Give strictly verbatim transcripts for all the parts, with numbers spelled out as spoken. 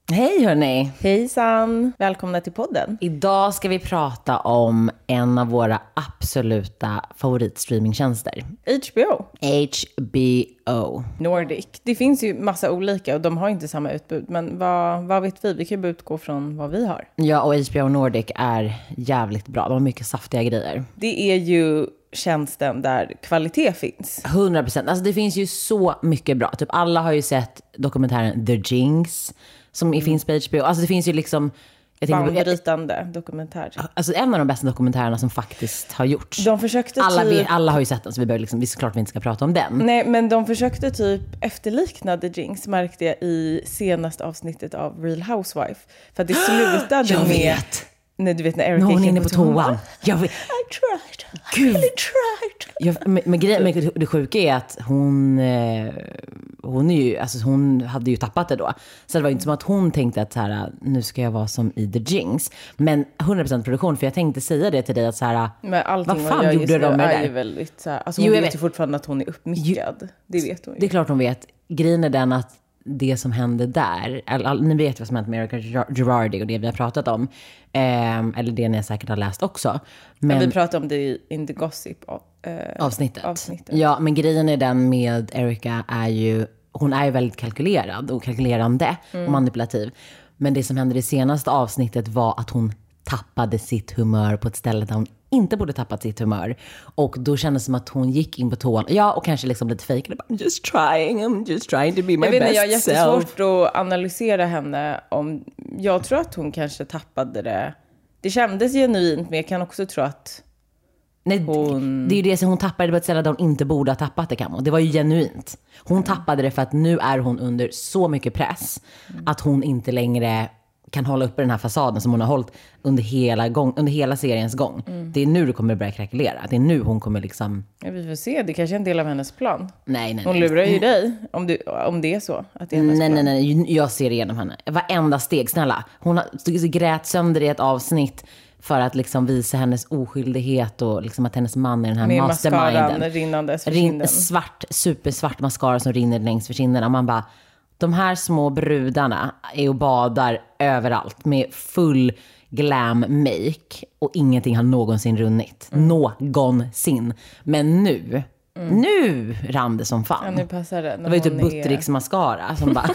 Hej hörni! Hejsan! Välkomna till podden. Idag ska vi prata om en av våra absoluta favoritstreamingtjänster. H B O. H B O. Nordic. Det finns ju massa olika och de har inte samma utbud. Men vad, vad vet vi? Vi kan ju utgå från vad vi har. Ja, och H B O Nordic är jävligt bra. De har mycket saftiga grejer. Det är ju tjänsten där kvalitet finns. hundra procent. Alltså det finns ju så mycket bra. Typ alla har ju sett dokumentären The Jinx som mm. finns på H B O. Alltså det finns ju liksom... Bandbrytande dokumentär. Alltså en av de bästa dokumentärerna som faktiskt har gjorts. De försökte alla, typ... vi, alla har ju sett den, så vi behöver liksom, vi såklart vi inte ska prata om den. Nej, men de försökte typ efterlikna The Jinx, märkte jag i senaste avsnittet av Real Housewife. För att det slutade jag med... vet! Nej, du vet när Erica Nå, hon är inne på på toan. Jag vet. I tried. Gud. I really tried. Jag, men, men, grej, men det sjuka är att hon, eh, hon, är ju, alltså hon hade ju tappat det då. Så det var inte som att hon tänkte att så här, nu ska jag vara som i The Jinx. Men hundra procent produktion, för jag tänkte säga det till dig att så här, men vad fan gjorde de med det där? Väldigt, så här, alltså hon jo, vet ju fortfarande att hon är uppmyckad. Jo, det vet hon ju. Det är klart hon vet. Grejen är den att det som hände där, all, all, ni vet vad som hände med Erica Girardi och det vi har pratat om, eh, eller det ni säkert har läst också. Men, ja, vi pratade om det i In the Gossip eh, avsnittet. avsnittet. Ja, men grejen är den med Erica är ju, hon är ju väldigt kalkylerad och kalkylerande mm. och manipulativ. Men det som hände i det senaste avsnittet var att hon tappade sitt humör på ett ställe där hon inte borde tappat sitt humör. Och då kändes det som att hon gick in på toan. Ja, och kanske liksom lite fake. I'm just trying, I'm just trying to be my jag vet, best jag har jättesvårt self. att analysera henne. Om, jag tror att hon kanske tappade det. Det kändes genuint, men jag kan också tro att Nej, hon... det är ju det som hon tappade på ett ställe där hon inte borde ha tappat det, Camo. Det var ju genuint. Hon mm. tappade det för att nu är hon under så mycket press mm. att hon inte längre kan hålla uppe den här fasaden som hon har hållit under hela, gång, under hela seriens gång. Mm. Det är nu det kommer börja krackelera. Det är nu hon kommer liksom... Ja, vi får se. Det kanske är en del av hennes plan. Nej, nej, hon nej. lurar ju dig om, du, om det är så. Att det är hennes nej, plan. nej, nej. Jag ser igenom henne. Varenda steg, snälla. Hon har grät sönder i ett avsnitt för att liksom visa hennes oskyldighet och liksom att hennes man är den här med masterminden. Med rinnandes för Rin, kinden. Svart, supersvart mascara som rinner längs för kinderna. Och man bara... De här små brudarna är och badar överallt med full glam make och ingenting har någonsin runnit. Mm. Någonsin. Men nu, mm. nu rann det som fan. Ja, nu passar det. Det var ju typ Buttericks är... mascara som bara...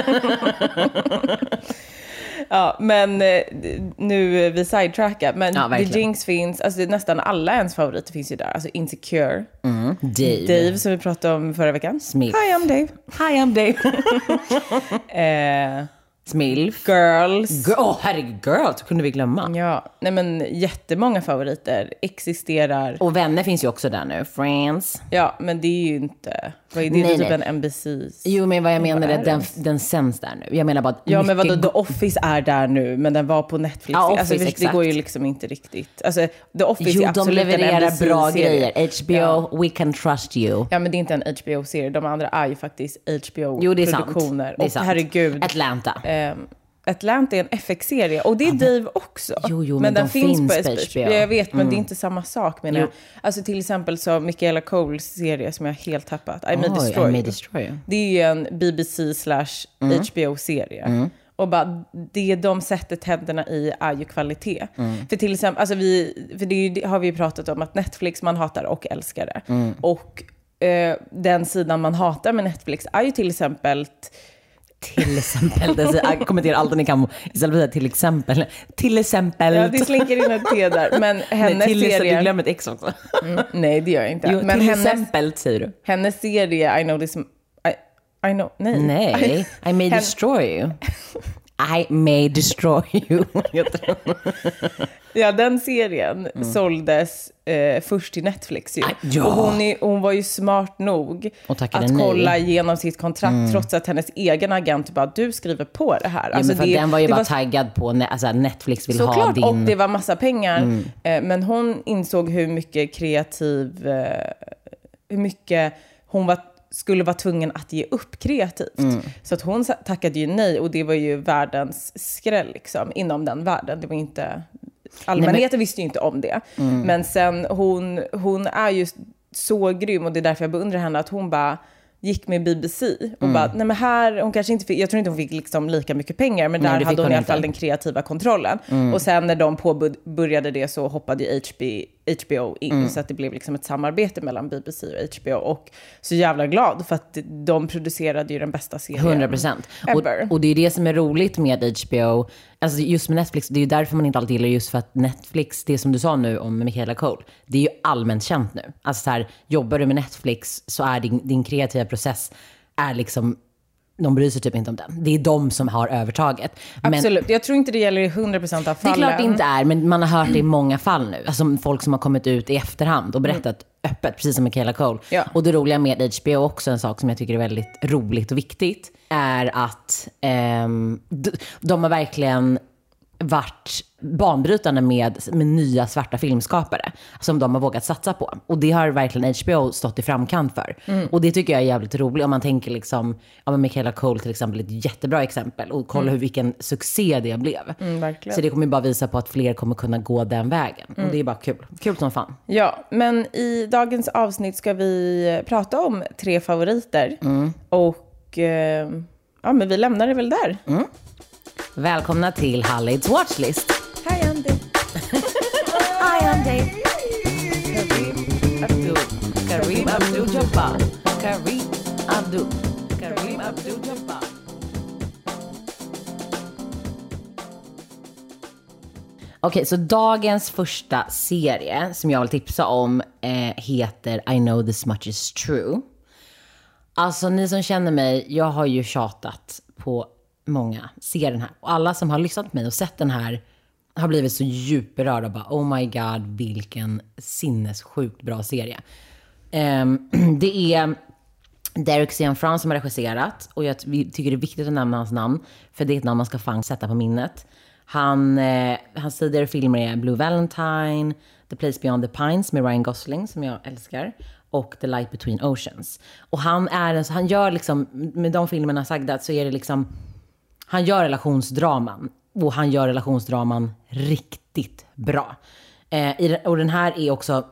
Ja, men nu vi sidetrackar. Men ja, The Jinx finns, alltså nästan alla ens favoriter finns ju där. Alltså Insecure. Mm. Dave. Dave som vi pratade om förra veckan. Smith. Hi, I'm Dave. Hi, I'm Dave. eh, Smilf. Girls. Åh, oh, herregud, Girls, kunde vi glömma. Ja, nej men jättemånga favoriter existerar. Och Vänner finns ju också där nu. Friends. Ja, men det är ju inte... Vad är det? Nej, typ nej. en N B C. Jo, men vad jag menar är att den, den sänds där nu. Jag menar bara att ja, men vadå, go- The Office är där nu, men den var på Netflix. Ja, Office, alltså, det exakt. går ju liksom inte riktigt. Alltså, The Office jo, är absolut de levererar en N B C-serie. bra grejer. H B O, ja. We Can Trust You. Ja, men det är inte en H B O-serie. De andra är ju faktiskt H B O-produktioner. Jo, det är sant. Det är och sant. herregud. Atlanta. Um, Atlanta är en F X-serie. Och det är ja, men, Dave också. Jo, jo, men, men den de finns, finns på H B O. Jag vet, men mm. det är inte samma sak, menar jag. Alltså till exempel så Michaela Coles serie som jag helt tappat. I May, oh, Destroy, I May Destroy You. Det är ju en B B C slash H B O-serie. Mm. Och bara det de sätter tänderna i är ju kvalitet. Mm. För till exempel, alltså vi, för det, det har vi ju pratat om att Netflix man hatar och älskar det. Mm. Och eh, den sidan man hatar med Netflix är ju till exempel... Till exempel, det jag kommenterar allt ni kan istället för att till exempel. Till exempel. Ja, det slinker in ett T där. Men hennes nej, till serie... Du glömmer ett X också. Mm, nej, det gör jag inte. Jo, men till hennes, exempel, säger du. Hennes serie, I know this... I, I know, nej. Nej, I, I may Hen- destroy you. I may destroy you. Ja, den serien mm. såldes eh, först till Netflix ju. Ja. Och hon, är, hon var ju smart nog att nej. kolla igenom sitt kontrakt mm. trots att hennes egen agent bara, du skriver på det här. Ja, alltså, men för det, den var ju bara var... taggad på alltså, Netflix vill så ha klart, din... och det var massa pengar. Mm. Eh, men hon insåg hur mycket kreativ... Eh, hur mycket hon var... skulle vara tvungen att ge upp kreativt. Mm. Så att hon tackade ju nej, och det var ju världens skräll liksom, inom den världen. Det var inte... Allmänheten nej, men... visste ju inte om det. Mm. Men sen, hon, hon är ju så grym, och det är därför jag beundrar henne, att hon bara, gick med B B C och Mm. bara, nej men här, hon kanske inte fick, jag tror inte hon fick liksom lika mycket pengar, men Nej, där det hade fick hon hon i alla fall inte. den kreativa kontrollen. Mm. Och sen när de påbörjade det så hoppade ju H B, H B O in, Mm. så att det blev liksom ett samarbete mellan B B C och H B O. Och så jävla glad, för att de producerade ju den bästa serien hundra procent. Och, ever. och det är det som är roligt med H B O. Alltså just med Netflix, det är ju därför man inte alltid gillar, just för att Netflix, det som du sa nu om Michaela Cole, det är ju allmänt känt nu. Alltså så här, jobbar du med Netflix så är din, din kreativa process är liksom, de bryr sig typ inte om den. Det är de som har övertaget. Men Absolut, jag tror inte det gäller i hundra procent av det är fallen. klart det inte är, men man har hört det i många fall nu. Alltså folk som har kommit ut i efterhand och berättat mm. öppet, precis som Michaela Cole. Ja. Och det roliga med H B O också, en sak som jag tycker är väldigt roligt och viktigt, är att ehm, d- de har verkligen varit banbrytande med, med nya svarta filmskapare som de har vågat satsa på. Och det har verkligen H B O stått i framkant för. Mm. Och det tycker jag är jävligt roligt. Om man tänker liksom, ja, men Michaela Cole till exempel är ett jättebra exempel. Och kolla mm. hur vilken succé det blev. Mm, verkligen. Så det kommer bara visa på att fler kommer kunna gå den vägen. Mm. Och det är bara kul. Kul som fan. Ja, men i dagens avsnitt ska vi prata om tre favoriter. Mm. Och eh, ja, men vi lämnar det väl där. Mm. Välkomna till Hallids Watchlist. Hej Andy. Hi Andy. Kareem Abdul. Kareem Abdul Jabbar. Kareem Abdul. Kareem Abdul Jabbar. Okej, så dagens första serie som jag vill tipsa om eh, heter I know this much is true. Alltså ni som känner mig, jag har ju tjatat på många, ser den här. Och alla som har lyssnat på mig och sett den här har blivit så djuperörda och bara, oh my god, vilken sinnessjukt bra serie. Um, det är Derek Cianfrance som har regisserat, och jag tycker det är viktigt att nämna hans namn, för det är ett namn man ska fan sätta på minnet. Han, eh, hans tidigare filmer är Blue Valentine, The Place Beyond the Pines med Ryan Gosling, som jag älskar, och The Light Between Oceans. Och han är en, så han gör liksom, med de filmerna sagda, så är det liksom, han gör relationsdraman, och han gör relationsdraman riktigt bra. Eh, i, och den här är också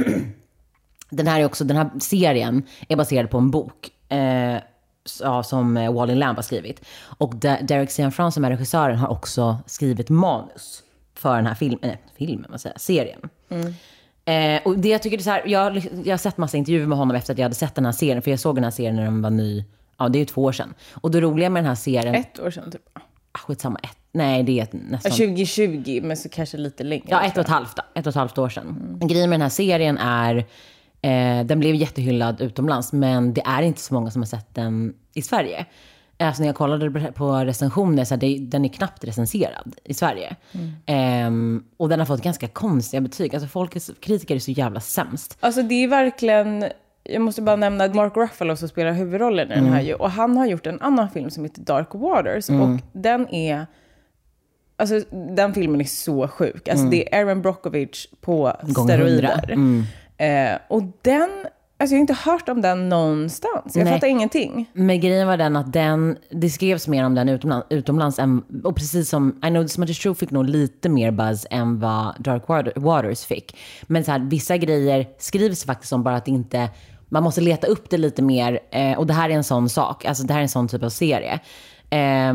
den här är också, den här serien är baserad på en bok eh, som Wally Lamb har skrivit. Och Derek Cianfrance som är regissören har också skrivit manus för den här film, äh, filmen, man säger, serien. Mm. Eh, och det jag tycker är så här, jag, jag har sett massa intervjuer med honom efter att jag hade sett den här serien, för jag såg den här serien när den var ny. Ja, det är ju två år sedan. Och det roliga med den här serien... Ett år sedan typ. Ah, skitsamma, ett. Nej, det är ett, nästan... tjugo tjugo, men så kanske lite längre. Ja, ett och ett halvt, ett och ett halvt år sedan. Mm. Grejen med den här serien är... Eh, den blev jättehyllad utomlands, men det är inte så många som har sett den i Sverige. Alltså när jag kollade på recensioner så här, det, den är knappt recenserad i Sverige. Mm. Eh, och den har fått ganska konstiga betyg. Alltså folk, kritiker är så jävla sämst. Alltså det är verkligen... Jag måste bara nämna Mark Ruffalo som spelar huvudrollen i den här. Mm. Och han har gjort en annan film som heter Dark Waters. Mm. Och den är... Alltså den filmen är så sjuk. Alltså mm. det är Aaron Brockovich på Gång steroider. Mm. Eh, och den... Alltså jag har inte hört om den någonstans. Jag Nej. fattar ingenting. Men grejen var den att den... Det skrevs mer om den utomlands. utomlands än, och precis som I know this much is true fick nog lite mer buzz än vad Dark Waters fick. Men så här, vissa grejer skrivs faktiskt om bara att inte... Man måste leta upp det lite mer. Eh, och det här är en sån sak. Alltså det här är en sån typ av serie. Eh,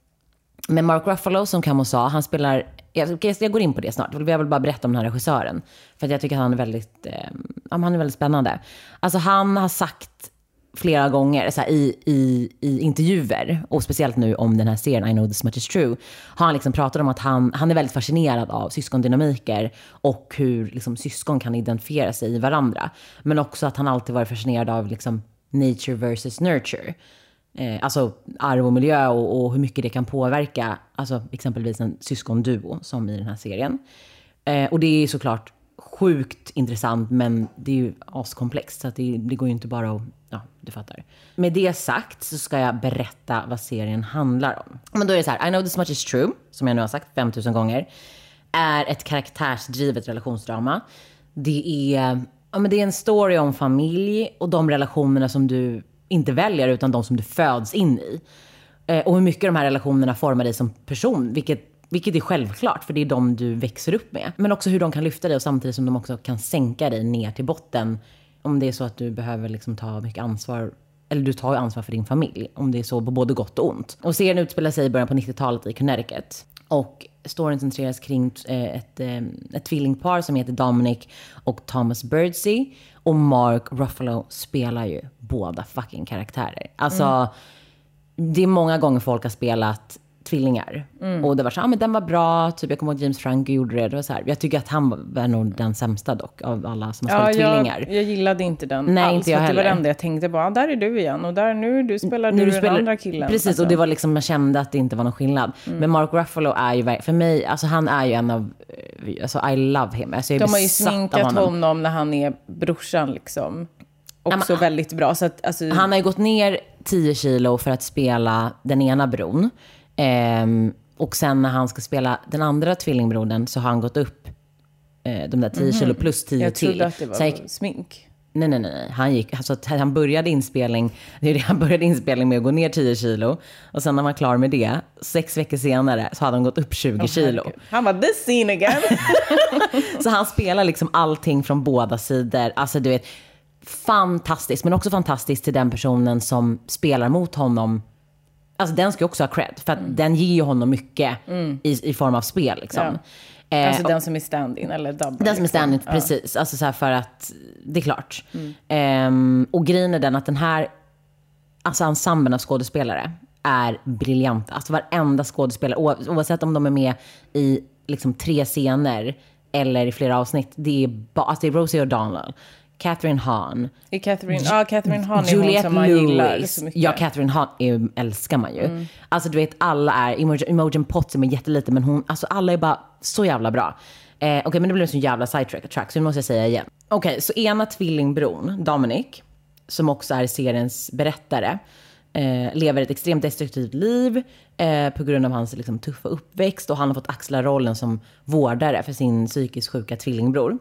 men Mark Ruffalo, som Camo sa, han spelar... Jag, jag går in på det snart. Jag vill bara berätta om den här regissören. För att jag tycker att han är väldigt, eh, han är väldigt spännande. Alltså han har sagt flera gånger så här, i, i, i intervjuer, och speciellt nu om den här serien I know this much is true, har han liksom pratat om att han, han är väldigt fascinerad av syskondynamiker och hur liksom, syskon kan identifiera sig i varandra. Men också att han alltid varit fascinerad av liksom, nature versus nurture. Eh, alltså arv och miljö och, och hur mycket det kan påverka, alltså exempelvis en syskonduo som i den här serien. Eh, och det är såklart sjukt intressant, men det är ju askomplext, så att det, det går ju inte bara att, ja, du fattar. Med det sagt så ska jag berätta vad serien handlar om. Men då är det så här, I know this much is true, som jag nu har sagt femtusen gånger, är ett karaktärsdrivet relationsdrama. Det är, ja, men det är en story om familj och de relationerna som du inte väljer utan de som du föds in i. Eh, och hur mycket de här relationerna formar dig som person, vilket, vilket är självklart, för det är de du växer upp med. Men också hur de kan lyfta dig, och samtidigt som de också kan sänka dig ner till botten om det är så att du behöver liksom ta mycket ansvar eller du tar ju ansvar för din familj, om det är så på både gott och ont. Och serien utspelar sig i början på nittiotalet i Connecticut. Och storyn centreras kring ett, ett tvillingpar som heter Dominic och Thomas Birdsey. Och Mark Ruffalo spelar ju båda fucking karaktärer. Alltså, mm. det är många gånger folk har spelat tvillingar. Mm. Och det var så, ja ah, men den var bra. Typ jag kommer ihåg James Franco gjorde det. Det var så här. Jag tycker att han var nog den sämsta dock av alla som har spelat ja, tvillingar. Jag, jag gillade inte den Nej, alls. inte jag heller. Det var det enda jag tänkte på. Ah, där är du igen. Och där nu du spelar nu du, du den andra killen. Precis, alltså. Och det var liksom, man kände att det inte var någon skillnad. Mm. Men Mark Ruffalo är ju, för mig, alltså han är ju en av, alltså I love him. Alltså, jag är De har ju sminkat honom. honom när han är brorsan liksom. Också ja, väldigt bra. Så att, alltså... Han har ju gått ner tio kilo för att spela den ena bron. Ehm, och sen när han ska spela den andra tvillingbrodern så har han gått upp eh, de där tio kilo plus tio jag till. Jag trodde att det var gick... smink. Nej, nej, nej. Han, gick, alltså, han började inspelning, det är det, han började inspelning med att gå ner tio kilo. Och sen när man var klar med det, sex veckor senare, så hade han gått upp tjugo kilo. Oh, han var this scene again. Så han spelar liksom allting från båda sidor. Alltså du vet, fantastiskt. Men också fantastiskt till den personen som spelar mot honom. Alltså den ska ju också ha cred. För att mm. den ger ju honom mycket mm. i, i form av spel liksom. Ja. Eh, alltså den som är stand-in eller double. Den som är stand-in, liksom. Precis. Ja. Alltså så här för att, det är klart. Mm. Eh, och grejen är den att den här, alltså ensemblen av skådespelare är briljant. Alltså varenda skådespelare, oavsett om de är med i liksom tre scener eller i flera avsnitt. Det är, ba, alltså det är Rosie O'Donnell, Catherine Hahn. Är Catherine, ja, Catherine Hahn är Juliette hon som man Lewis. Gillar så mycket. Ja, Catherine Hahn är, älskar man ju. Mm. Alltså du vet, alla är, Imogen, Imogen Pott som är jättelite, men hon, alltså alla är bara så jävla bra. Eh, Okej, okay, men det blev en så jävla sidetrack, så det måste jag säga igen. Okej, okay, så ena tvillingbron, Dominic, som också är seriens berättare, eh, lever ett extremt destruktivt liv eh, på grund av hans liksom, tuffa uppväxt, och han har fått axla rollen som vårdare för sin psykiskt sjuka tvillingbror.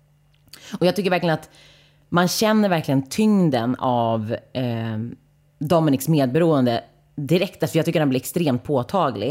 Och jag tycker verkligen att man känner verkligen tyngden av eh, Dominics medberoende direkt. För jag tycker den blir extremt påtaglig.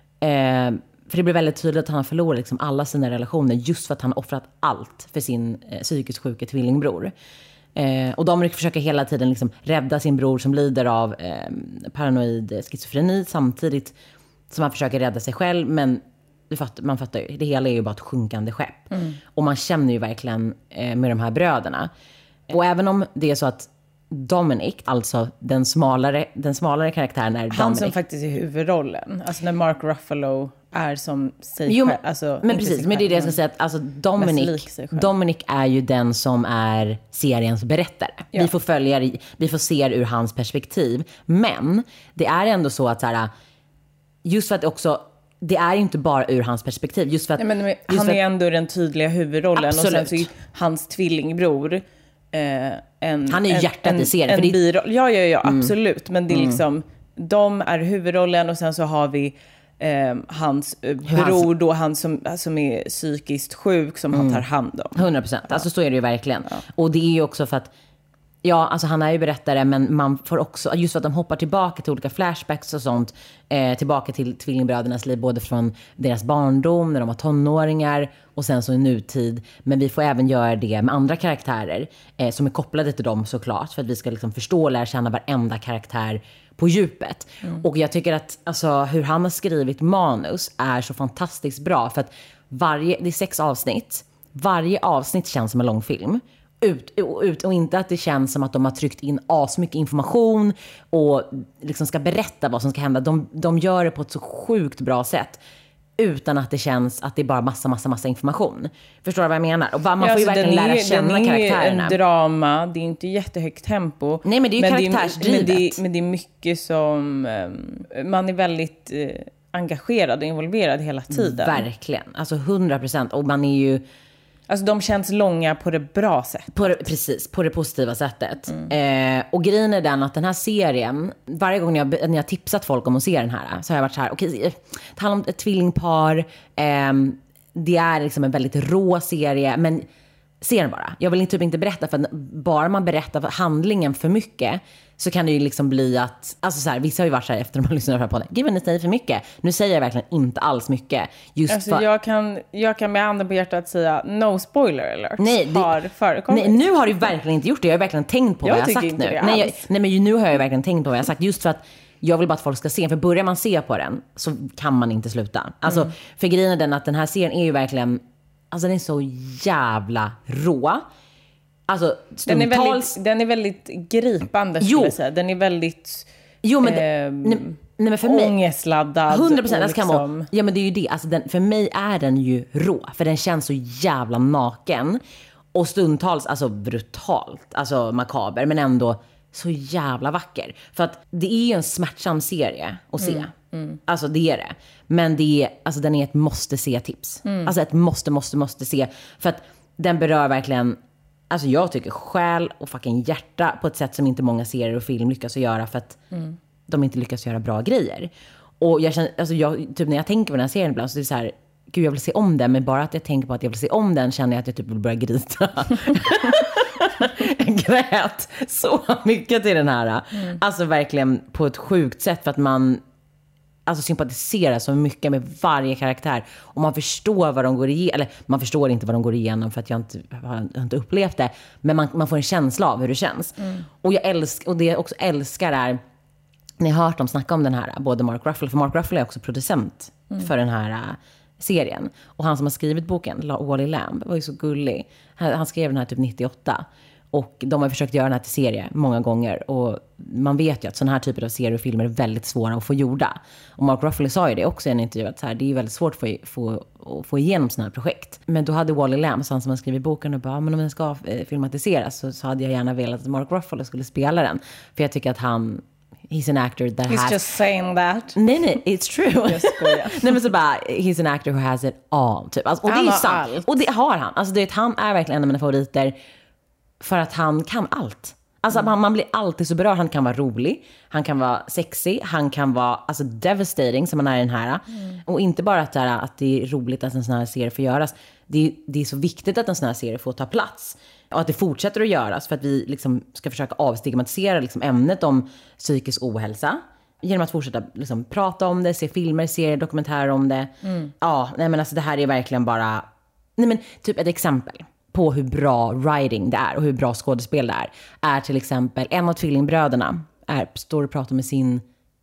Eh, för det blir väldigt tydligt att han har förlorat liksom alla sina relationer just för att han har offrat allt för sin eh, psykiskt sjuka tvillingbror. Eh, och Dominic försöker hela tiden liksom rädda sin bror som lider av eh, paranoid schizofreni samtidigt som han försöker rädda sig själv. Men fattar, man fattar ju, det hela är ju bara ett sjunkande skepp. Mm. Och man känner ju verkligen eh, med de här bröderna. Och även om det är så att Dominic, alltså den smalare, den smalare karaktären är Dominic. Han som faktiskt är huvudrollen. Alltså när Mark Ruffalo är som sig jo, själv. Alltså, men precis, men det är det jag ska säga. Att, alltså, Dominic, Dominic är ju den som är seriens berättare. Ja. Vi får följa, vi får se ur hans perspektiv. Men det är ändå så att så här, just för att också, det är inte bara ur hans perspektiv. Just för att, Nej, men, just han för är ändå den tydliga huvudrollen. Absolut. Och sen så är hans tvillingbror eh, en, han är ju en, hjärtat en, i serien. En för det... biroll. Ja, ja, ja, mm. absolut. Men det är mm. liksom, de är huvudrollen och sen så har vi eh, hans eh, bror då, han som, som är psykiskt sjuk som mm. han tar hand om. hundra procent. Ja. Alltså så är det ju verkligen. Ja. Och det är ju också för att ja, alltså han är ju berättare, men man får också, just för att de hoppar tillbaka till olika flashbacks och sånt, eh, tillbaka till tvillingbrödernas liv, både från deras barndom, när de var tonåringar, och sen så i nutid. Men vi får även göra det med andra karaktärer eh, som är kopplade till dem såklart, för att vi ska liksom förstå och lära känna varenda karaktär på djupet. Mm. Och jag tycker att alltså, hur han har skrivit manus är så fantastiskt bra, för att varje, det är sex avsnitt, varje avsnitt känns som en lång film. Ut, ut, och inte att det känns som att de har tryckt in asmycket information och liksom ska berätta vad som ska hända. De, de gör det på ett så sjukt bra sätt utan att det känns att det är bara massa, massa, massa information. Förstår du vad jag menar? Och man ja, får ju verkligen lära är, känna den karaktärerna. Det är en drama, det är inte jättehögt tempo. Nej, men det är ju karaktärsdrivet. Men det, men det är mycket som... Um, man är väldigt uh, engagerad och involverad hela tiden. Verkligen, alltså hundra procent. Och man är ju... Alltså de känns långa på det bra sättet. På det, precis, på det positiva sättet. Mm. Eh, och grejen är den att den här serien, varje gång jag, när jag tipsat folk om att se den här, så har jag varit så här, okej, okay, det handlar om ett tvillingpar. Eh, det är liksom en väldigt rå serie, men se den bara. Jag vill typ inte berätta, för bara man berättar handlingen för mycket så kan det ju liksom bli att, alltså så här, vissa har ju varit så här efter de har lyssnat på det. Gud vad ni säger för mycket. Nu säger jag verkligen inte alls mycket. Just alltså för... jag, kan, jag kan med handen på hjärtat säga no spoiler alert. Nej, det... har förekommit. Nej, nu har du verkligen inte gjort det. Jag har verkligen tänkt på jag vad jag har sagt nu. Nej, jag, nej, men nu har jag verkligen tänkt på vad jag har sagt. Just för att jag vill bara att folk ska se. För börjar man se på den så kan man inte sluta. Alltså, mm. för grejen är den att den här serien är ju verkligen, alltså den är så jävla rå. Alltså, den, är väldigt, den är väldigt gripande skulle jag säga. Den är väldigt jo, men det, eh, nej, nej, men för mig, ångestladdad. hundra procent. Liksom... Ja, men det är ju det. Alltså, den, för mig är den ju rå. För den känns så jävla naken. Och stundtals alltså brutalt. Alltså makaber. Men ändå så jävla vacker. För att det är ju en smärtsam serie att se. Mm, mm. Alltså det är det. Men det är, alltså, den är ett måste-se-tips. Mm. Alltså ett måste, måste, måste se. För att den berör verkligen... Alltså jag tycker själ och fucking hjärta på ett sätt som inte många serier och film lyckas att göra för att mm. de inte lyckas göra bra grejer. Och jag känner, alltså jag, typ när jag tänker på den här serien ibland så är det så här, gud jag vill se om den, men bara att jag tänker på att jag vill se om den känner jag att jag typ vill börja grita. Jag grät så mycket till den här. Mm. Alltså verkligen på ett sjukt sätt för att man alltså sympatiserar så mycket med varje karaktär och man förstår vad de går igenom, eller man förstår inte vad de går igenom för att jag inte jag har inte upplevt det, men man, man får en känsla av hur det känns. Mm. Och jag älskar, och det jag också älskar är, ni har hört dem snacka om den här, både Mark Ruffalo, för Mark Ruffalo är också producent mm. för den här uh, serien, och han som har skrivit boken, Wally Lamb, var ju så gullig. Han, han skrev den här typ nittioåtta. Och de har försökt göra den här till serie många gånger. Och man vet ju att sådana här typer av serier och filmer är väldigt svåra att få gjorda. Och Mark Ruffalo sa ju det också i en intervju. Att så här, det är väldigt svårt att få, få, att få igenom sådana här projekt. Men då hade Wally Lamb, han som har skrivit boken, och bara, men om den ska filmatiseras så, så hade jag gärna velat att Mark Ruffalo skulle spela den. För jag tycker att han... He's an actor that he's has... just saying that. Nej, nej, it's true. Just nej, men så bara, he's an actor who has it all. Typ. Alltså, och han det är har sant. allt. Och det har han. Alltså, det, han är verkligen en av mina favoriter. För att han kan allt. Alltså mm. man, man blir alltid så berörd. Han kan vara rolig, han kan vara sexy, han kan vara alltså devastating som man är i den här. Mm. Och inte bara att det, är, att det är roligt att en sån här serie får göras. Det, det är så viktigt att en sån här serie får ta plats. Och att det fortsätter att göras för att vi liksom ska försöka avstigmatisera liksom ämnet om psykisk ohälsa. Genom att fortsätta liksom prata om det, se filmer, serier, dokumentärer om det. Mm. Ja, nej men alltså det här är verkligen bara... Nej men typ ett exempel på hur bra writing det är och hur bra skådespel det är, är till exempel en av tvillingbröderna är, står och pratar med sin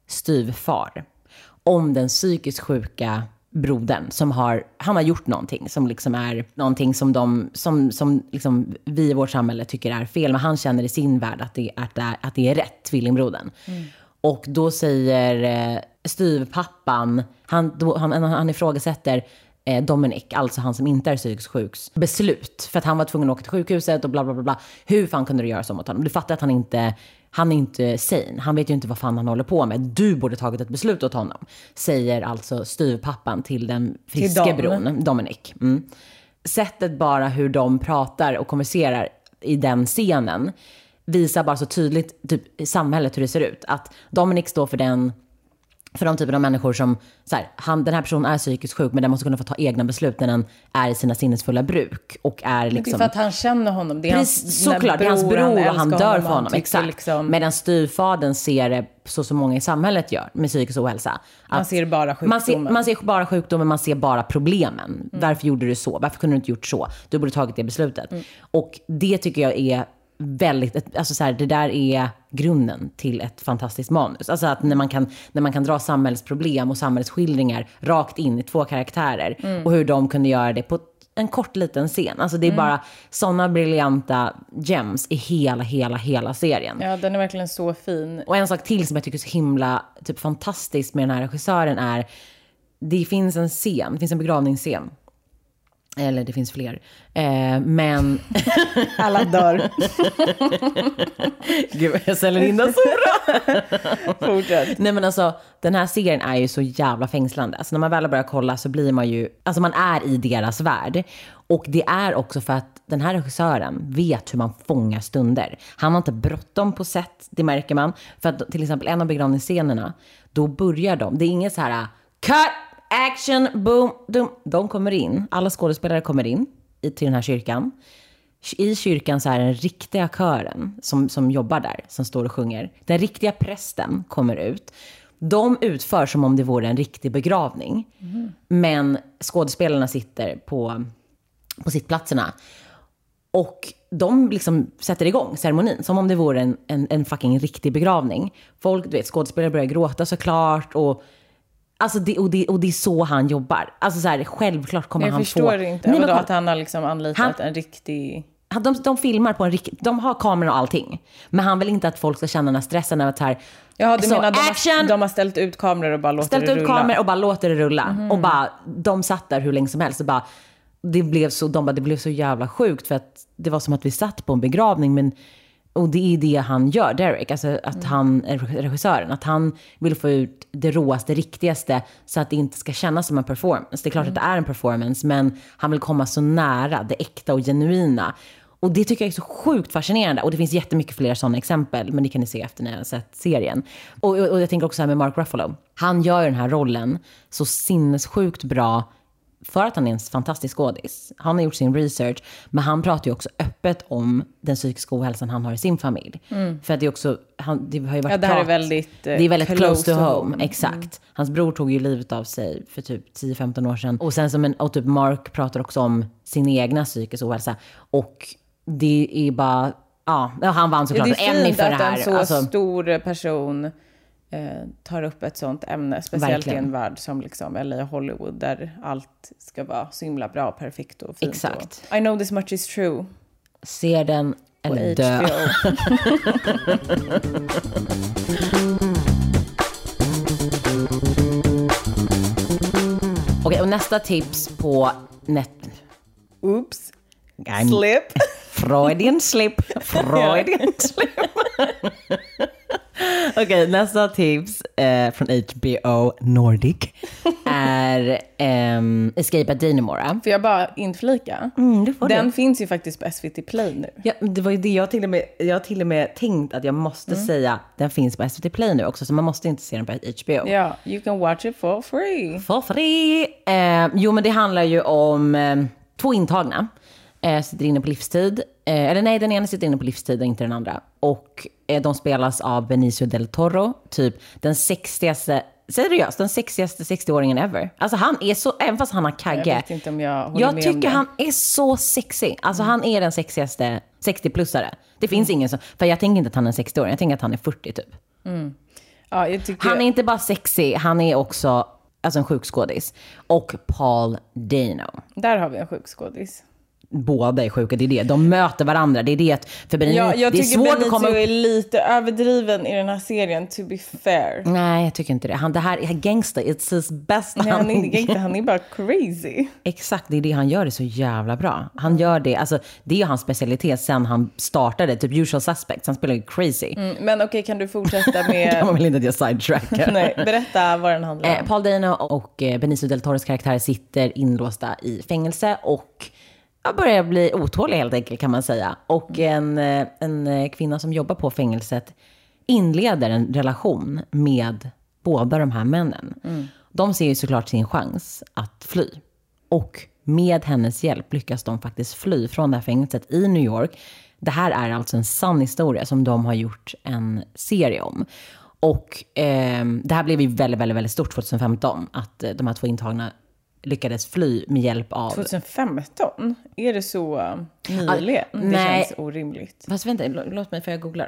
styvfar om den psykiskt sjuka brodern som har, han har gjort någonting som liksom är någonting som de, som, som liksom vi i vårt samhälle tycker är fel, men han känner i sin värld att det, att det, är, att det är rätt, tvillingbrodern. Mm. Och då säger eh, styvpappan, han, då, han, han ifrågasätter eh, Dominic, alltså han som inte är psykiskt sjuks beslut. För att han var tvungen att åka till sjukhuset och bla bla bla bla. Hur fan kunde du göra så mot honom? Du fattar att han inte, han är inte sane. Han vet ju inte vad fan han håller på med. Du borde tagit ett beslut åt honom. Säger alltså styvpappan till den friske bron, Dominic. Mm. Sättet bara hur de pratar och konverserar i den scenen visar bara så tydligt typ, i samhället hur det ser ut. Att Dominic står för den, för de typen av människor som så här, han, den här personen är psykiskt sjuk, men den måste kunna få ta egna beslut när den är i sina sinnesfulla bruk och är liksom, det är för att han känner honom, det är precis, hans, såklart, det är hans bror och han dör honom, för honom, exakt liksom... medan styvfadern ser det så som många i samhället gör med psykisk ohälsa. Man ser bara sjukdomen. Man ser, man ser bara sjukdomen, man ser bara problemen. Mm. Varför gjorde du så? Varför kunde du inte gjort så? Du borde tagit det beslutet. Mm. Och det tycker jag är väldigt, alltså så här, det där är grunden till ett fantastiskt manus. Alltså att när man kan, när man kan dra samhällsproblem och samhällsskildringar rakt in i två karaktärer mm. och hur de kunde göra det på en kort liten scen. Alltså det är mm. bara sådana briljanta gems i hela, hela, hela serien. Ja, den är verkligen så fin. Och en sak till som jag tycker är så himla typ fantastiskt med den här regissören är, det finns en scen, det finns en begravningsscen. Eller det finns fler. Eh, men... Alla dör. Gud, jag säljer in den så bra. Fortsätt. Nej men alltså, den här serien är ju så jävla fängslande. Alltså när man väl börjar kolla så blir man ju... Alltså man är i deras värld. Och det är också för att den här regissören vet hur man fångar stunder. Han har inte bråttom på sätt, det märker man. För att till exempel en av begravningsscenerna, då börjar de... Det är inget så här... Cut! Action, boom, dum. De kommer in, alla skådespelare kommer in till den här kyrkan. i kyrkan så är den riktiga kören som, som jobbar där, som står och sjunger. Den riktiga prästen kommer ut. De utför som om det vore en riktig begravning. Mm. Men skådespelarna sitter på, på sittplatserna. Och de liksom sätter igång ceremonin som om det vore en, en, en fucking riktig begravning. Folk, du vet, skådespelare börjar gråta såklart. Och, alltså det, och, det, och det är så han jobbar. Alltså så här, självklart kommer jag han få... Jag förstår inte. Nej, men kom, att han har liksom anlitat han, en riktig... De, de filmar på en riktig... De har kameror och allting. Men han vill inte att folk ska känna den här stressen av att här... Ja, du så, menar de action, har, de har ställt ut kameror och bara låter ställt det rulla? Ställt ut kameror och bara låter det rulla. Mm. Och bara, de satt där hur länge som helst och bara... Det blev så, de bara, det blev så jävla sjukt för att det var som att vi satt på en begravning, men och det är det han gör, Derek, alltså att mm. han är regissören, att han vill få ut det råaste, riktigaste så att det inte ska kännas som en performance. Det är klart mm. att det är en performance, men han vill komma så nära det äkta och genuina. Och det tycker jag är så sjukt fascinerande. Och det finns jättemycket fler sådana exempel, men det kan ni se efter när jag har sett serien. Och, och, och jag tänker också här med Mark Ruffalo. Han gör den här rollen så sinnessjukt bra för att han är en fantastisk skådis. Han har gjort sin research, men han pratar ju också öppet om den psykiska ohälsan han har i sin familj. Mm. För att det är också, han, det har ju varit ja, det här är väldigt, det är väldigt close, close to home. home. Exakt. Mm. Hans bror tog ju livet av sig för typ tio femton år sedan. Och sen som en, och typ Mark pratar också om sin egna psykiska ohälsa. Och det är bara, ja, han vann såklart en Emmy för det här. Det är fint att en så alltså, stor person tar upp ett sånt ämne, speciellt verkligen. I en värld som liksom L A och Hollywood där allt ska vara så himla bra, perfekt och fint. Exakt. Och I know this much is true. Ser den eller dö. Okej, okay, och nästa tips på net... Oops. I'm... Slip. Freudian slip. Freudian slip. Okej, okay, nästa tips eh, från H B O Nordic är eh, Escape at Dannemora. Får jag bara inflika? Mm, den det. finns ju faktiskt på S V T Play nu. Ja, det var ju det jag till och med, jag till och med tänkt att jag måste mm. säga. Den finns på S V T Play nu också, så man måste inte se den på H B O. Ja, you can watch it for free. For free! Eh, jo, men det handlar ju om eh, två intagna. Eh, sitter inne på livstid. Eh, eller nej, den ena sitter inne på livstid och inte den andra. Och eh, de spelas av Benicio del Toro. Typ den sexigaste, seriöst, den sexigaste sextio-åringen ever. Alltså han är så, även fast han har kagge. Jag vet inte om jag håller jag med tycker om det. Han är så sexig. Alltså mm. han är den sexigaste sextio-plussare. Det finns mm. ingen som, för jag tänker inte att han är sextio-åring. Jag tänker att han är fyrtio typ. Mm. Ja, jag tycker... Han är inte bara sexig, han är också alltså en sjukskådis. Och Paul Dano. Där har vi en sjukskådis. Båda är sjuka, det är det. De möter varandra. Det är det. För Benicio, ja, jag det är tycker svårt Benicio att komma upp... är lite överdriven i den här serien, to be fair. Nej, jag tycker inte det. Han, det här är gangster. It's his best. Nej, han är inte gangster. Han är bara crazy. Exakt, det är det han gör. Det så jävla bra. Han gör det. Alltså, det är hans specialitet sen han startade. Typ Usual Suspects. Han spelar ju crazy. Mm, men okej, okay, kan du fortsätta med... kan man väl inte att jag sidetrackar. Nej, berätta vad den handlar om. Eh, Paul Dano och eh, Benicio del Toros karaktär sitter inlåsta i fängelse och... Jag börjar bli otålig helt enkelt kan man säga. Och en, en kvinna som jobbar på fängelset inleder en relation med båda de här männen. Mm. De ser ju såklart sin chans att fly. Och med hennes hjälp lyckas de faktiskt fly från det här fängelset i New York. Det här är alltså en sann historia som de har gjort en serie om. Och eh, det här blev ju väldigt, väldigt, väldigt stort tjugohundrafemton. Att eh, de här två intagna lyckades fly med hjälp av... tjugohundrafemton? Är det så nyligen? Ah, det nej. Känns orimligt. Fast vänta, låt mig, får jag googla då?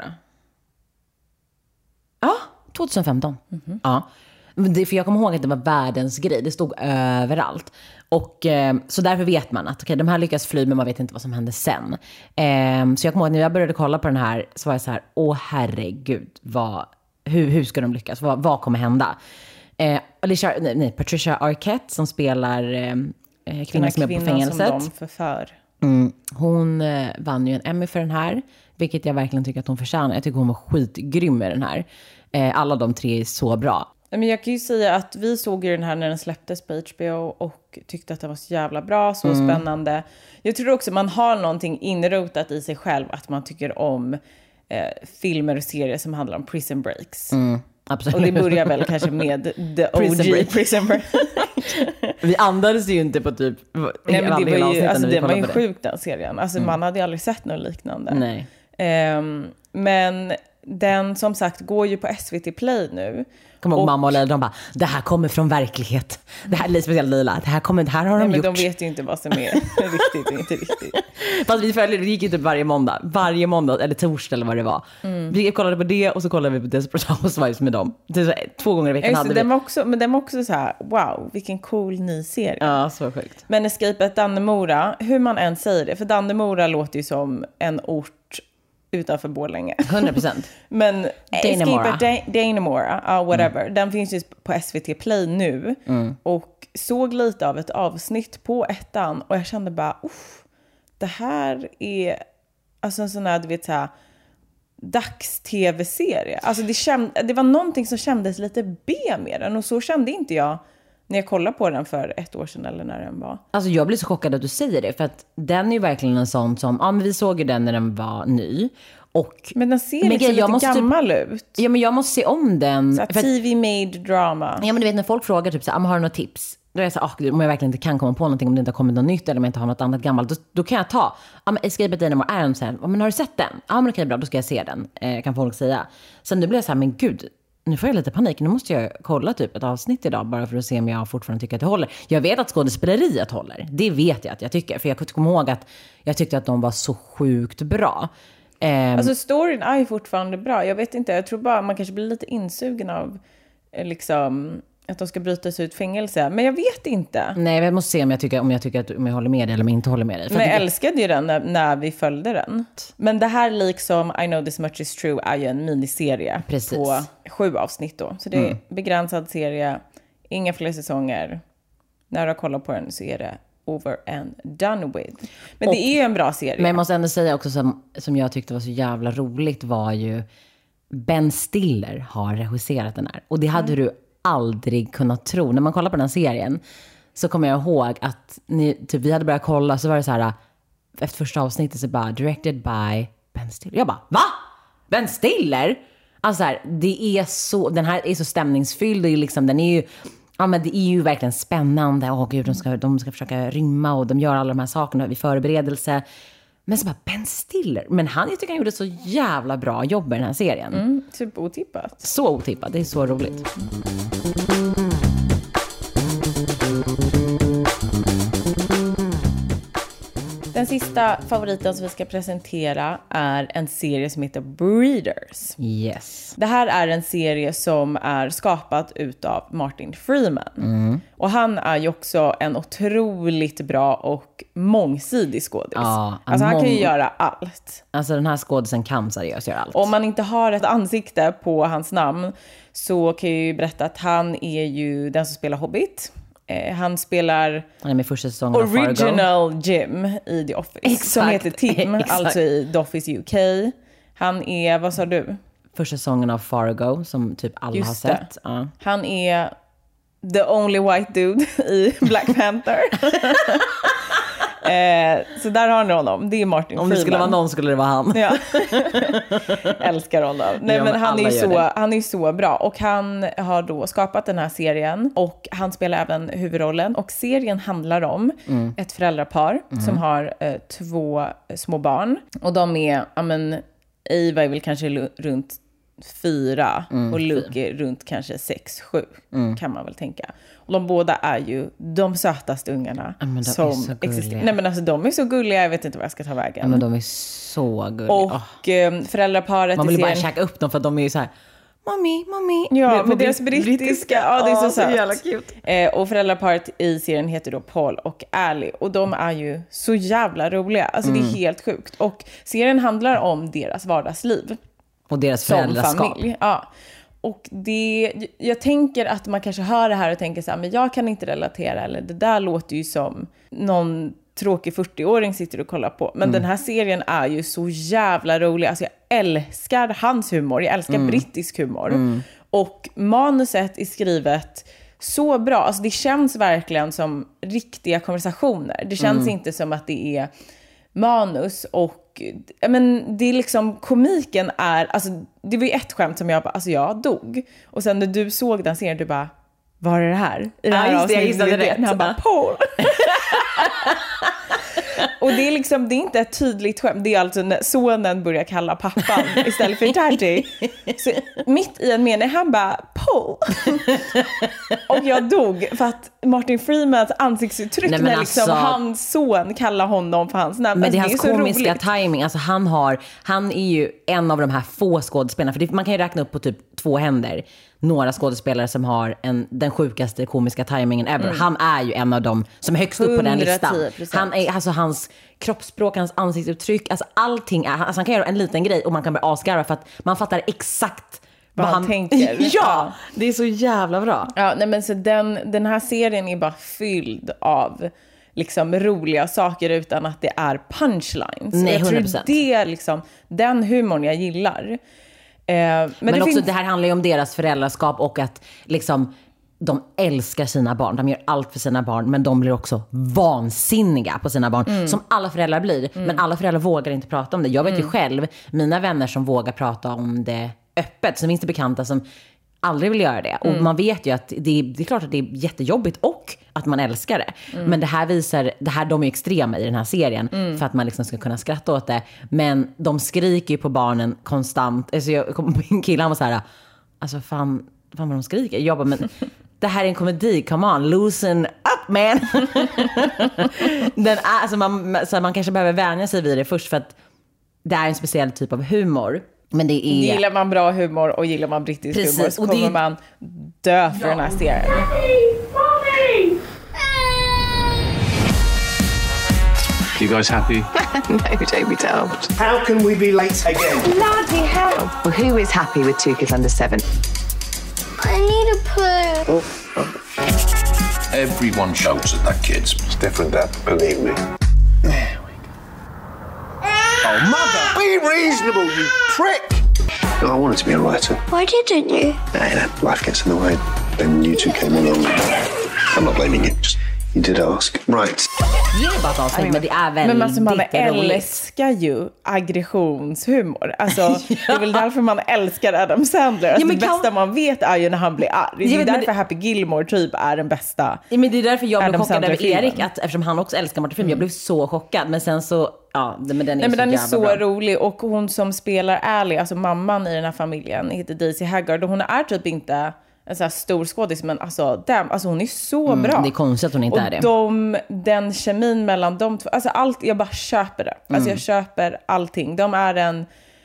Ja, tjugohundrafemton. Mm-hmm. Ja. Det, för jag kommer ihåg att det var världens grej. Det stod överallt. Och eh, så därför vet man att okay, de här lyckas fly, men man vet inte vad som hände sen. Eh, så jag kommer ihåg att när jag började kolla på den här så var jag så här, åh herregud, vad, hur, hur ska de lyckas? Vad, vad kommer hända? Eh, Alicia, nej, nej, Patricia Arquette som spelar eh, kvinnan som är på fängelset. Som de förför. Mm, hon eh, vann ju en Emmy för den här, vilket jag verkligen tycker att hon förtjänar. Jag tycker hon var skitgrym med den här. Eh, alla de tre är så bra. Men jag kan ju säga att vi såg ju den här när den släpptes på H B O och tyckte att den var så jävla bra, så mm. spännande. Jag tror också man har någonting inrotat i sig själv att man tycker om eh, filmer och serier som handlar om prison breaks. Mm. Absolut. Och det börjar väl kanske med the O G Prison Break. Prison break. Vi andades ju inte på typ... Nej, men det var ju, alltså, det var ju det. sjukt den serien. Alltså, mm. man hade ju aldrig sett något liknande. Nej. Um, men den som sagt går ju på S V T Play nu. Kommer ihåg mamma och Lila, de bara, det här kommer från verklighet. Det här är lite speciellt Lila. Det här, kommer, det här har Nej, de men gjort. De vet ju inte vad som är riktigt och inte riktigt. Fast vi följde, det gick ju typ varje måndag. Varje måndag, eller torsdag eller vad det var. Mm. Vi kollade på det och så kollade vi på Desperate Housewives med dem. Två gånger i veckan just, hade den vi. var också, men den var också så här, wow, vilken cool ny serie. Ja, så sjukt. Men Escape Dannemora, hur man än säger det. För Dannemora låter ju som en ort utanför Borlänge. hundra procent. Men Dannemora. Escape at Dannemora, ja, uh, whatever. Mm. Den finns ju på S V T Play nu. Mm. Och såg lite av ett avsnitt på ettan. Och jag kände bara, uff, det här är alltså en sån här, du vet så här, dags-tv-serie. Alltså det, känd, det var någonting som kändes lite B med den. Och så kände inte jag när jag kollade på den för ett år sedan eller när den var. Alltså jag blir så chockad att du säger det. För att den är ju verkligen en sån som... Ja, men vi såg ju den när den var ny. Och, men den ser liksom lite måste, gammal ut. Ja, men jag måste se om den. Så T V-made drama. Ja, men du vet när folk frågar typ så här, har du något tips? Då är jag så här, om jag verkligen inte kan komma på någonting, om det inte har kommit något nytt eller om jag inte har något annat gammalt, då, då kan jag ta, ja men Escape at Dannemora är en så här, men har du sett den? Ja men okej, bra, då ska jag se den, eh, kan folk säga. Sen nu blir jag så här, men gud, nu får jag lite panik, nu måste jag kolla typ ett avsnitt idag bara för att se om jag fortfarande tycker att det håller. Jag vet att skådespeleriet håller, det vet jag att jag tycker, för jag kunde komma ihåg att jag tyckte att de var så sjukt bra. Eh, alltså storyn är ju fortfarande bra, jag vet inte, jag tror bara man kanske blir lite insugen av liksom... att de ska bryta sig ut fängelse. Men jag vet inte. Nej, jag måste se om jag tycker, om jag, tycker att, om jag håller med dig eller om jag inte håller med dig. För men jag tycker... älskade ju den när, när vi följde den. Men det här liksom I know this much is true är ju en miniserie. Precis. På sju avsnitt då. Så det är mm. begränsad serie, inga fler säsonger. När du har kollat på den så är det over and done with. Men och, det är ju en bra serie. Men jag måste ändå säga också som, som jag tyckte var så jävla roligt var ju Ben Stiller har regisserat den här. Och det hade mm. du aldrig kunnat tro. När man kollar på den serien så kommer jag ihåg att ni, typ, vi hade börjat kolla, så var det så här, efter första avsnittet så bara directed by Ben Stiller. Jag bara, va? Ben Stiller? Alltså här, det är så, den här är så stämningsfylld och liksom, den är ju, ja men det är ju verkligen spännande. Åh gud, de ska, de ska försöka rymma och de gör alla de här sakerna vid förberedelse. Men så bara, Ben Stiller. Men han, jag tycker han gjorde så jävla bra jobb i den här serien. Mm, typ otippat. Så otippat, det är så roligt. Den sista favoriten som vi ska presentera är en serie som heter Breeders. Yes. Det här är en serie som är skapat utav Martin Freeman. Mm. Och han är ju också en otroligt bra och mångsidig skådis. Ja, alltså han mång... kan ju göra allt. Alltså den här skådisen kan seriöst göra allt. Om man inte har ett ansikte på hans namn så kan jag ju berätta att han är ju den som spelar Hobbit. Eh, han spelar han är med första säsongen av Original Fargo. Jim i The Office. Exakt. Som heter Tim, Exakt. alltså i The Office U K. Han är, vad sa du? Första säsongen av Fargo som typ alla just har sett. Ja. Han är the only white dude i Black Panther. eh, så där har ni honom. Det är Martin Freeman. Om det skulle vara någon skulle det vara han. Ja. Älskar honom. Nej, ja, men men han är ju så, han är så bra. Och han har då skapat den här serien. Och han spelar även huvudrollen. Och serien handlar om mm. ett föräldrapar mm. som har eh, två små barn. Och de är, ja men, Eva är väl kanske l- runt fyra mm, och Luke är runt kanske sex, sju mm. kan man väl tänka. Och de båda är ju de sötaste ungarna ja, som existerar. Nej men alltså de är så gulliga, jag vet inte vad jag ska ta vägen. Ja, men de är så gulliga. Och oh. föräldraparet man vill bara serien... käka upp dem för att de är ju så här Mommy, mommy. Ja, med deras brittiska. brittiska. Ja, det är så, oh, så jävla cute. Eh, och föräldraparet i serien heter då Paul och Allie. Och de är ju så jävla roliga. Alltså mm. det är helt sjukt. Och serien handlar om deras vardagsliv. Och deras föräldraskap. Ja. Och det, jag tänker att man kanske hör det här och tänker så här, men jag kan inte relatera. Eller det där låter ju som någon tråkig fyrtio-åring sitter och kollar på. Men mm. den här serien är ju så jävla rolig. Alltså jag älskar hans humor. Jag älskar mm. brittisk humor. Mm. Och manuset är skrivet så bra. Alltså det känns verkligen som riktiga konversationer. Det känns mm. inte som att det är manus och men det är liksom komiken är alltså det var ju ett skämt som jag bara alltså jag dog och sen när du såg den serien du bara var är det här? I det Ja, här just det, jag avsnittet, gissade det, rätt. när han bara, Paul. Och det är liksom, det är inte ett tydligt skämt. Det är alltså när sonen börjar kalla pappan istället för daddy. Så mitt i en mening, han bara, Paul. Och jag dog för att Martin Freemans ansiktsuttryck Nej, när alltså, liksom hans son kallar honom för hans namn. Men det är alltså, hans det är komiska roligt. timing. Alltså han har, han är ju en av de här få skådespelarna. För det, man kan ju räkna upp på typ två händer några skådespelare som har en, den sjukaste komiska timingen ever. Mm. Han är ju en av dem som är högst upp på den listan. Han är, alltså hans kroppsspråk, hans ansiktsuttryck, alltså allting är, alltså han kan göra en liten grej och man kan börja asgarva för att man fattar exakt vad, vad han, han tänker. Ja, det är så jävla bra. Ja, nej men så den, den här serien är bara fylld av liksom roliga saker utan att det är punchlines. Nej, jag hundra procent. tror det är liksom den humorn jag gillar. Eh, men men det också finns... det här handlar ju om deras föräldraskap och att liksom de älskar sina barn. De gör allt för sina barn, men de blir också vansinniga på sina barn. Mm. Som alla föräldrar blir. Mm. Men alla föräldrar vågar inte prata om det. Jag vet mm. ju själv, mina vänner som vågar prata om det öppet. Så finns det bekanta som aldrig vill göra det. Mm. Och man vet ju att det är, det är klart att det är jättejobbigt och att man älskar det. Mm. Men det här visar, det här, de är extrema i den här serien mm. för att man liksom ska kunna skratta åt det. Men de skriker ju på barnen konstant. Alltså jag kom på en kille, han var så här, alltså fan, fan vad de skriker. Jag bara, men det här är en komedi, come on, loosen up man. Den är, alltså man, så man kanske behöver vänja sig vid det först för att det är en speciell typ av humor. Men det är... Gillar man bra humor och gillar man brittisk Precis. humor så och kommer det... man dö för ja. den här serien. You guys happy? No, don't be daft. How can we be late again? Bloody hell. Well, who is happy with two kids under seven? I need a poo. Oh, oh. Everyone shouts at that kids. It's different, Dad. Believe me. There we go. Oh, Mother! Be reasonable, you prick! I wanted to be a writer. Why didn't you? Nah, nah, life gets in the way. Then you two came along. I'm not blaming you. Just, you did ask. Right. Det är bara ett avsnitt, men det är väldigt Men alltså man roligt. älskar ju aggressionshumor. Alltså, ja. Det är väl därför man älskar Adam Sandler. Alltså, ja, det kan... bästa man vet är ju när han blir arg. Det är därför det... Happy Gilmore typ är den bästa. Ja, men det är därför jag blev chockad över Erik. Att, eftersom han också älskar Martin Film. Mm. Jag blev så chockad. Men sen så... Ja, men den är, Nej, men så, den är så bra. rolig. Och hon som spelar Ally, alltså mamman i den här familjen, heter Daisy Haggard. Och hon är typ inte... en så här stor skådis, men alltså, damn, alltså hon är så mm, bra. Det är konstigt att hon inte och är det. De, den kemin mellan de två, alltså allt, jag bara köper det. Alltså mm. jag köper allting. De är en,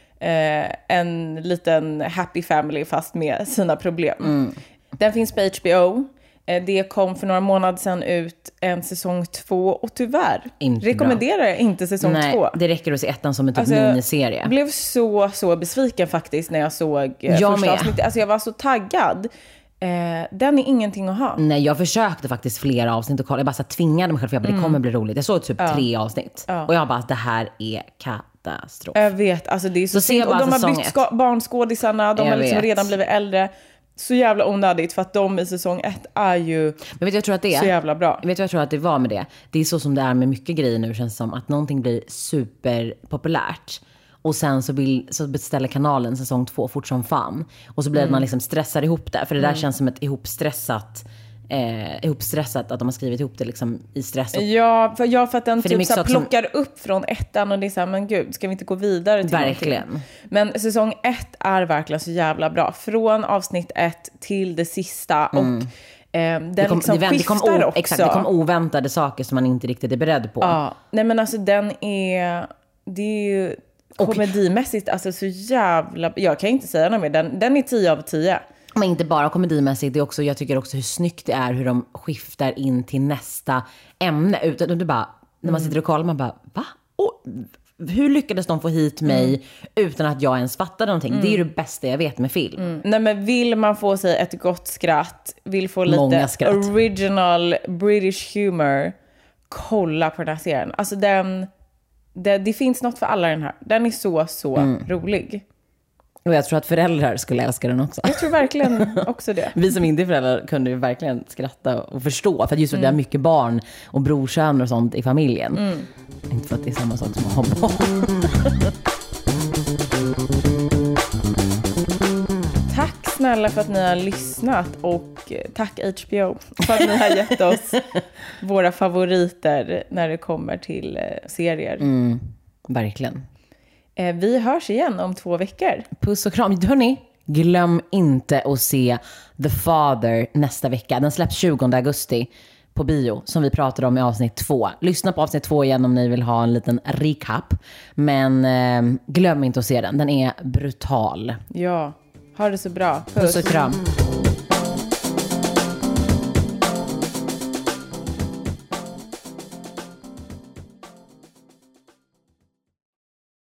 eh, en liten happy family fast med sina problem. Mm. Den finns på H B O. Det kom för några månader sedan ut en säsong två och tyvärr inte rekommenderar jag inte säsong Nej, två. Det räcker att se ettan som en typ alltså, miniserie. Jag blev så, så besviken faktiskt när jag såg jag första med. avsnittet. Alltså jag var så taggad. Eh, den är ingenting att ha. Nej, jag försökte faktiskt flera avsnitt och kolla. Jag bara så tvingade mig själv för jag bara, mm. det kommer bli roligt. Jag såg typ ja. tre avsnitt. Ja. Och jag bara, det här är katastrof. Jag vet, alltså det är så, så synd. Och de har bytt ska- barnskådisarna. De jag har liksom redan blivit äldre. Så jävla onödigt för att de i säsong ett är ju men vet jag tror att det är, så jävla bra. Jag vet jag tror att det var med det. Det är så som det är med mycket grejer nu, känns som att någonting blir superpopulärt. Och sen så, vill, så beställer kanalen säsong två fort som fan. Och så blir det mm. att man liksom stressar ihop det. För det där mm. känns som ett ihopstressat... Eh, ihopstressat att de har skrivit ihop det liksom i stress. Och... Ja, för, ja, för att den för typ så plockar som... upp från ettan och det är så här, men gud, ska vi inte gå vidare till verkligen. Någonting? Men säsong ett är verkligen så jävla bra. Från avsnitt ett till det sista och mm. eh, den det kom, liksom det, skiftar det kom o, också. Exakt, det kom oväntade saker som man inte riktigt är beredd på. Ja, nej men alltså den är... Det är ju komedimässigt alltså så jävla... Jag kan inte säga något mer. Den, den är tio av tio. Men inte bara komedimässigt, det är också, jag tycker också hur snyggt det är hur de skiftar in till nästa ämne. Utan det bara, när man sitter och kollar, man bara, va? Oh, hur lyckades de få hit mig mm. utan att jag ens fattade någonting? Mm. Det är ju det bästa jag vet med film. Mm. Nej, men vill man få sig ett gott skratt, vill få lite original British humor, kolla på den här serien. Alltså den, det, det finns något för alla den här. Den är så, så mm. rolig. Och jag tror att föräldrar skulle älska den också. Jag tror verkligen också det. Vi som inte är föräldrar kunde ju verkligen skratta och förstå. För att just för mm. det är mycket barn och brorsöner och sånt i familjen. Mm. Inte för att det är samma sak som att ha barn. Tack snälla för att ni har lyssnat. Och tack H B O för att ni har gett oss våra favoriter när det kommer till serier. Mm, verkligen. Vi hörs igen om två veckor. Puss och kram. Hörrni, glöm inte att se The Father nästa vecka. Den släpps tjugonde augusti på bio, som vi pratade om i avsnitt två. Lyssna på avsnitt två igen om ni vill ha en liten recap. Men eh, glöm inte att se den. Den är brutal. Ja, ha det så bra. Puss, Puss och kram.